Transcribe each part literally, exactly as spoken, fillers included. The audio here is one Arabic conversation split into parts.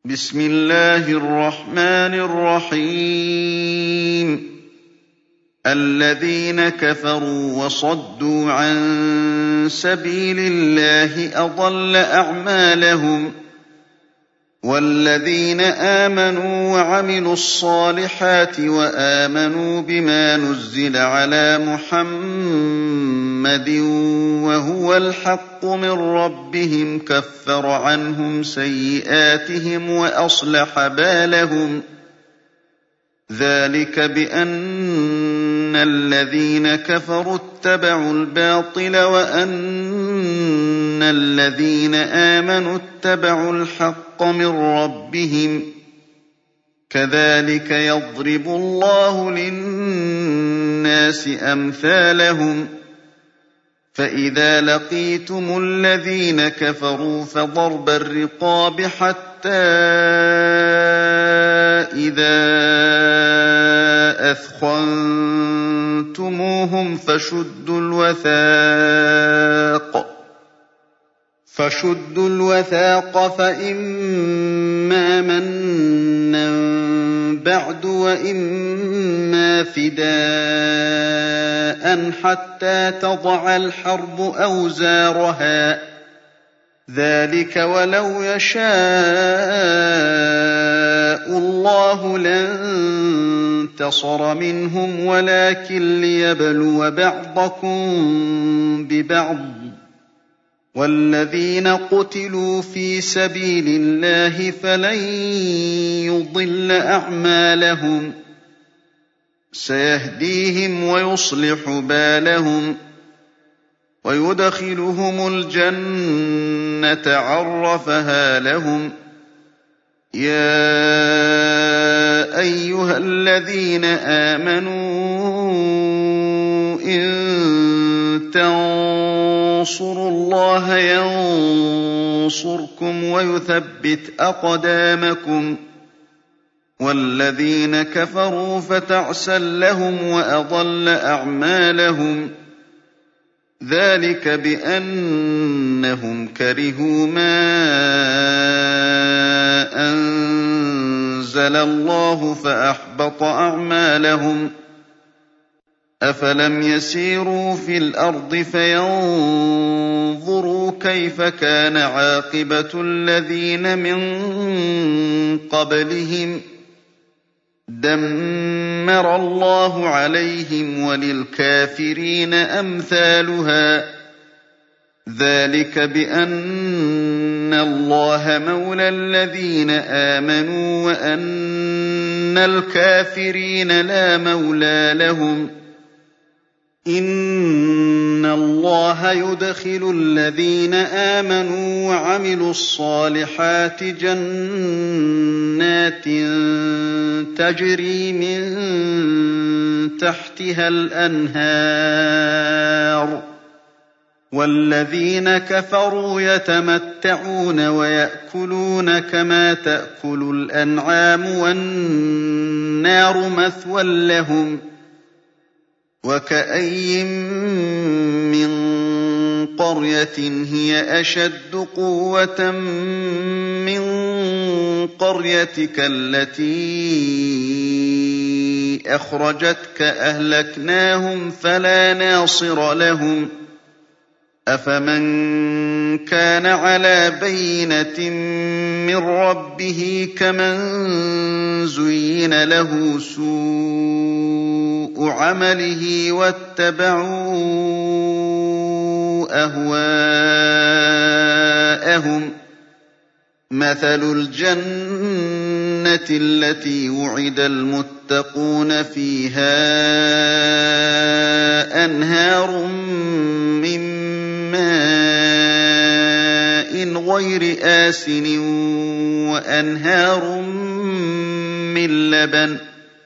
بسم الله الرحمن الرحيم الذين كفروا وصدوا عن سبيل الله أضل أعمالهم والذين آمنوا وعملوا الصالحات وآمنوا بما نزل على محمد وهو الحق من ربهم كفر عنهم سيئاتهم وأصلح بالهم ذلك بأن الذين كفروا اتبعوا الباطل وأن الذين آمنوا اتبعوا الحق من ربهم كذلك يضرب الله للناس أمثالهم فإذا لقيتم الذين كفروا فضرب الرقاب حتى إذا أثخنتموهم فشدوا الوثاق فشدوا الوثاق فإما منا بعد وإما فداء حتى تضع الحرب أوزارها ذلك ولو يشاء الله لانتصر منهم ولكن ليبلو بعضكم ببعض والذين قتلوا في سبيل الله فلن يضل أعمالهم سيهديهم ويصلح بالهم ويدخلهم الجنة عرفها لهم يا أيها الذين آمنوا إن تنصروا الله ينصركم ويثبت أقدامكم والذين كفروا فتعسا لهم وأضل أعمالهم ذلك بأنهم كرهوا ما أنزل الله فأحبط أعمالهم أفلم يسيروا في الأرض فينظروا كيف كان عاقبة الذين من قبلهم دمر الله عليهم وللكافرين أمثالها ذلك بأن الله مولى الذين آمنوا وأن الكافرين لا مولى لهم إن الله يدخل الذين آمنوا وعملوا الصالحات جنات تجري من تحتها الأنهار والذين كفروا يتمتعون ويأكلون كما تأكل الأنعام والنار مثوى لهم وكأي من قرية هي أشد قوة من قريتك التي أخرجتك أهلكناهم فلا ناصر لهم أفمن كان على بينة من ربه كمن زين له سوء عمله واتبعوا أهواءهم مثل الجنة التي وعد المتقون فيها أنهار من ماء غير آسن وأنهار من لبن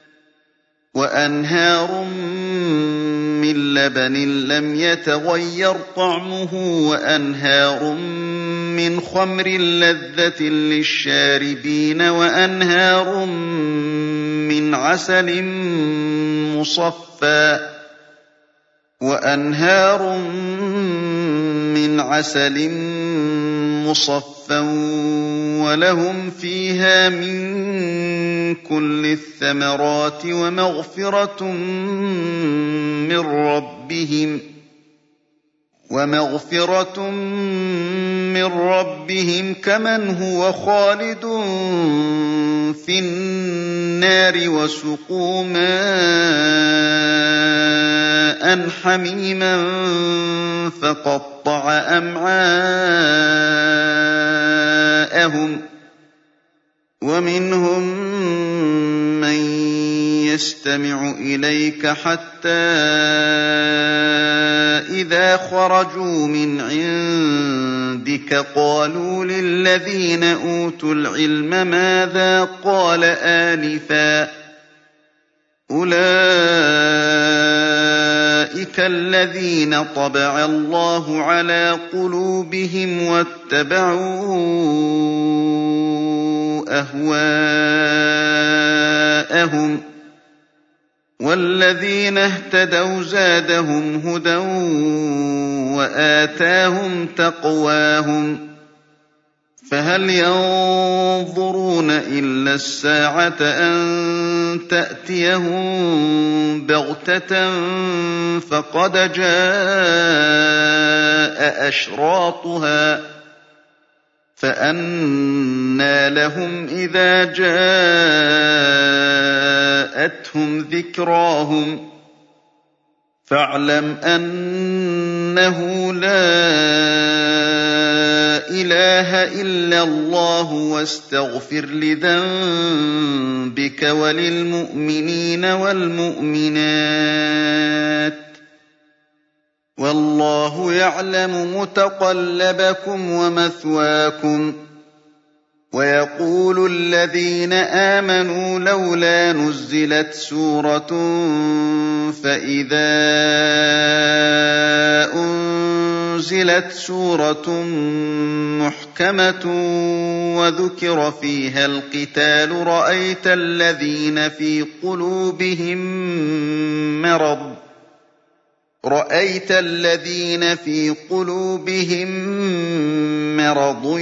وأنهار من لبن لم يتغير طعمه وأنهار من خمر لذة للشاربين وأنهار من عسل مصفى وأنهار من عسل مصفى صَفًّا وَلَهُمْ فِيهَا مِن كُلِّ الثَّمَرَاتِ وَمَغْفِرَةٌ مِّن رَّبِّهِمْ وَمَغْفِرَةٌ مِّن رَّبِّهِمْ كَمَنْ هُوَ خَالِدٌ فِي النَّارِ وَسُقُوا مَاءً حَمِيمًا فَقَطَّعَ أَمْعَاءَهُمْ وَمِنْهُم مَّن يَسْتَمِعُ إِلَيْكَ حَتَّىٰ إِذَا خَرَجُوا مِنْ عِندِكَ قَالُوا لِلَّذِينَ أُوتُوا الْعِلْمَ مَاذَا قَالَ آنِفًا ۚ أُولَٰئِكَ الَّذِينَ طَبَعَ اللَّهُ عَلَىٰ قُلُوبِهِمْ وَاتَّبَعُوا أَهْوَاءَهُمْ ۚ وَالَّذِينَ اهْتَدَوْا زَادَهُمْ هُدًى وَآتَاهُمْ تَقْوَاهُمْ ۚ فَهَلْ يَنظُرُونَ إِلَّا السَّاعَةَ أَن تَأْتِيَهُم بَغْتَةً فَقَدْ جَاءَ أَشْرَاطُهَا ۚ فَأَنَّىٰ لَهُمْ إِذَا جَاءَتْهُمْ ذِكْرَاهُمْ فَاعْلَمْ أَنَّهُ لَا إِلَٰهَ إِلَّا اللَّهُ وَاسْتَغْفِرْ لِذَنبِكَ وَلِلْمُؤْمِنِينَ وَالْمُؤْمِنَاتِ ۗ وَاللَّهُ يَعْلَمُ مُتَقَلَّبَكُمْ وَمَثْوَاكُمْ. وَيَقُولُ الَّذِينَ آمَنُوا لَوْلَا نُزِّلَتْ سُورَةٌ فَإِذَا أُنزِلَتْ سُورَةٌ مُّحْكَمَةٌ وَذُكِرَ فِيهَا الْقِتَالُ رَأَيْتَ الَّذِينَ فِي قُلُوبِهِم مَّرَضٌ رَأَيْتَ الَّذِينَ فِي قُلُوبِهِم مَّرَضٌ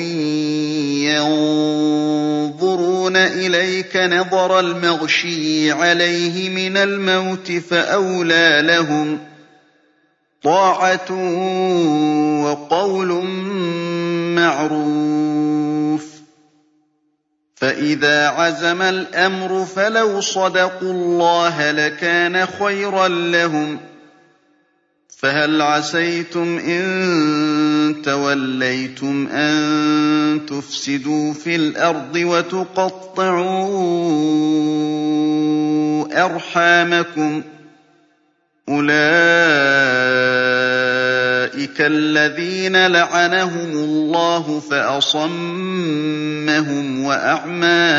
يَنظُرُونَ إِلَيْكَ نَظَرَ الْمَغْشِيِّ عَلَيْهِ مِنَ الْمَوْتِ فَأَوْلَىٰ لَهُمْ طَاعَةٌ وَقَوْلٌ مَّعْرُوفٌ ۚ فَإِذَا عَزَمَ الْأَمْرُ فَلَوْ صَدَقُوا اللَّهَ لَكَانَ خَيْرًا لَّهُمْ ۚ فَهَلْ عَسَيْتُمْ إِن تَوَلَّيْتُمْ أَن تُفْسِدُوا فِي الْأَرْضِ وَتُقَطِّعُوا أَرْحَامَكُمْ ۚ أُولَٰئِكَ الَّذِينَ لَعَنَهُمُ اللَّهُ فَأَصَمَّهُمْ وَأَعْمَىٰ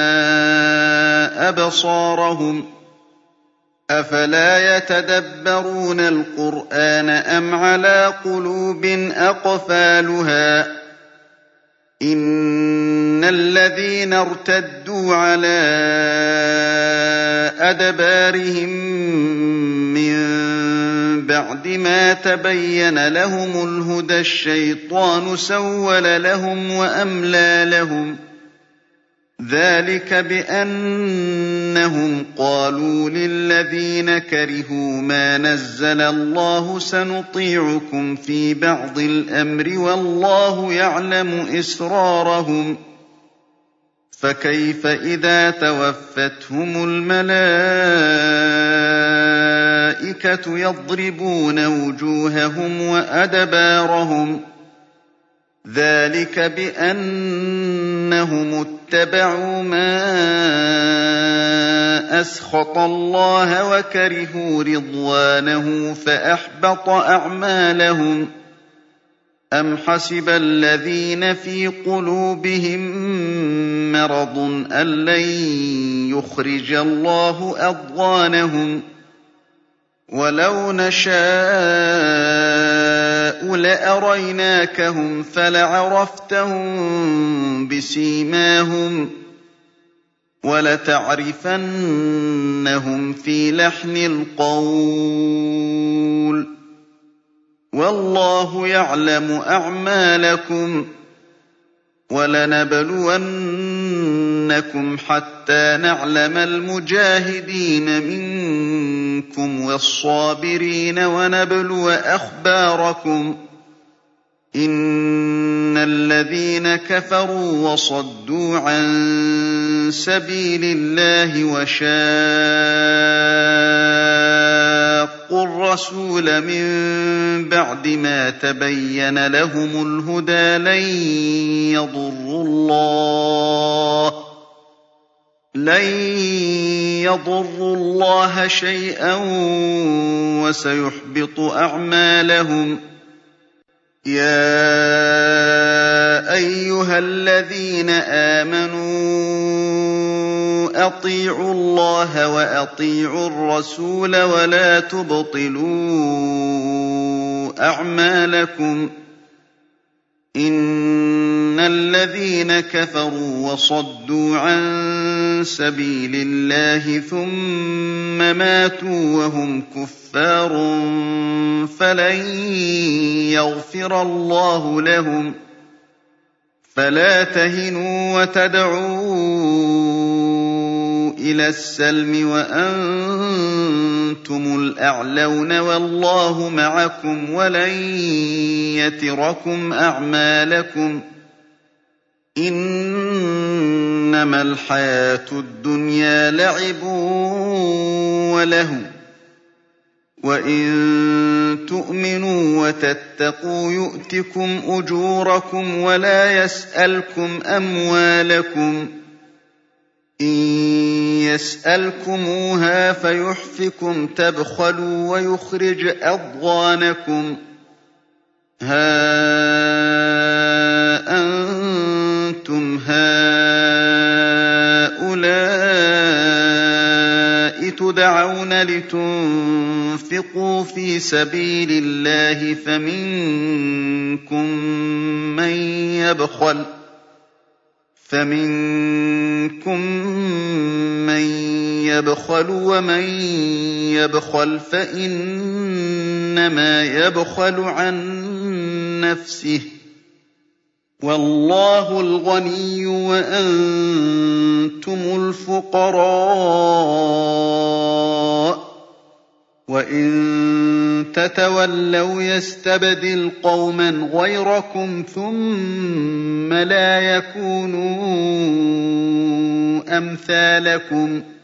أَبْصَارَهُمْ ۚ أَفَلَا يَتَدَبَّرُونَ الْقُرْآنَ أَمْ عَلَىٰ قُلُوبٍ أَقْفَالُهَا ۚ إِنَّ الَّذِينَ ارْتَدُّوا عَلَىٰ أَدْبَارِهِم مِّن بَعْدِ مَا تَبَيَّنَ لَهُمُ الْهُدَى الشَّيْطَانُ سَوَّلَ لَهُمْ وَأَمْلَىٰ لَهُمْ ۚ ذَٰلِكَ بِأَنَّهُمْ قَالُوا لِلَّذِينَ كَرِهُوا مَا نَزَّلَ اللَّهُ سَنُطِيعُكُمْ فِي بَعْضِ الْأَمْرِ وَاللَّهُ يَعْلَمُ إِسْرَارَهُمْ ۚ فَكَيْفَ إِذَا تَوَفَّتْهُمُ الْمَلَائِكَةُ يَضْرِبُونَ وُجُوهَهُمْ وَأَدْبَارَهُمْ ۚ ذَٰلِكَ بِأَنَّهُمُ اتَّبَعُوا مَا أَسْخَطَ اللَّهَ وَكَرِهُوا رِضْوَانَهُ فَأَحْبَطَ أَعْمَالَهُمْ ۚ أَمْ حَسِبَ الَّذِينَ فِي قُلُوبِهِم مَّرَضٌ أَن لَّن يُخْرِجَ اللَّهُ أَضْغَانَهُمْ ۚ وَلَوْ نَشَاءُ لَأَرَيْنَاكَهُمْ فَلَعَرَفْتَهُم بِسِيمَاهُمْ ۚ وَلَتَعْرِفَنَّهُمْ فِي لَحْنِ الْقَوْلِ ۚ وَاللَّهُ يَعْلَمُ أَعْمَالَكُمْ وَلَنَبْلُوَنَّكُمْ حَتَّىٰ نَعْلَمَ الْمُجَاهِدِينَ مِنكُمْ وَالصَّابِرِينَ وَنَبْلُوَ أَخْبَارَكُمْ ۚ إِنَّ الَّذِينَ كَفَرُوا وَصَدُّوا عَن سَبِيلِ اللَّهِ وَشَاقُّوا الرَّسُولَ مِن بَعْدِ مَا تَبَيَّنَ لَهُمُ الْهُدَىٰ لَن يَضُرُّوا اللَّهَ شَيْئًا وَسَيُحْبِطُ أَعْمَالَهُمْ. يَا أَيُّهَا الَّذِينَ آمَنُوا أَطِيعُوا اللَّهَ وَأَطِيعُوا الرَّسُولَ وَلَا تُبْطِلُوا أَعْمَالَكُمْ. إِنَّ الَّذِينَ كَفَرُوا وَصَدُّوا عَن سَبِيلِ اللَّهِ ثُمَّ مَاتُوا وَهُمْ كُفَّارٌ فَلَن يَغْفِرَ اللَّهُ لَهُمْ. فَلَا تَهِنُوا وَتَدْعُوا إِلَى السَّلْمِ وَأَنتُمُ الْأَعْلَوْنَ وَاللَّهُ مَعَكُمْ وَلَن يَتِرَكُمْ أَعْمَالَكُمْ. إِنَّمَا الْحَيَاةُ الدُّنْيَا لَعِبٌ وَلَهْوٌ ۚ وَإِن تُؤْمِنُوا وَتَتَّقُوا يُؤْتِكُمْ أُجُورَكُمْ وَلَا يَسْأَلْكُمْ أَمْوَالَكُمْ. إِن يَسْأَلْكُمُوهَا فَيُحْفِكُمْ تَبْخَلُوا وَيُخْرِجْ أَضْغَانَكُمْ. هَا أَنتُمْ هَٰؤُلَاءِ تُدْعَوْنَ لِتُنفِقُوا فِي سَبِيلِ اللَّهِ فَمِنكُم مَّن يَبْخَلُ وَمَن يَبْخَلْ فَإِنَّمَا يَبْخَلُ عَن نَّفْسِهِ ۚ وَاللَّهُ الْغَنِيُّ وَأَنتُمُ الْفُقَرَاءُ ۚ وَإِن تَتَوَلَّوْا يَسْتَبْدِلْ قَوْمًا غَيْرَكُمْ ثُمَّ لَا يَكُونُوا أَمْثَالَكُمْ.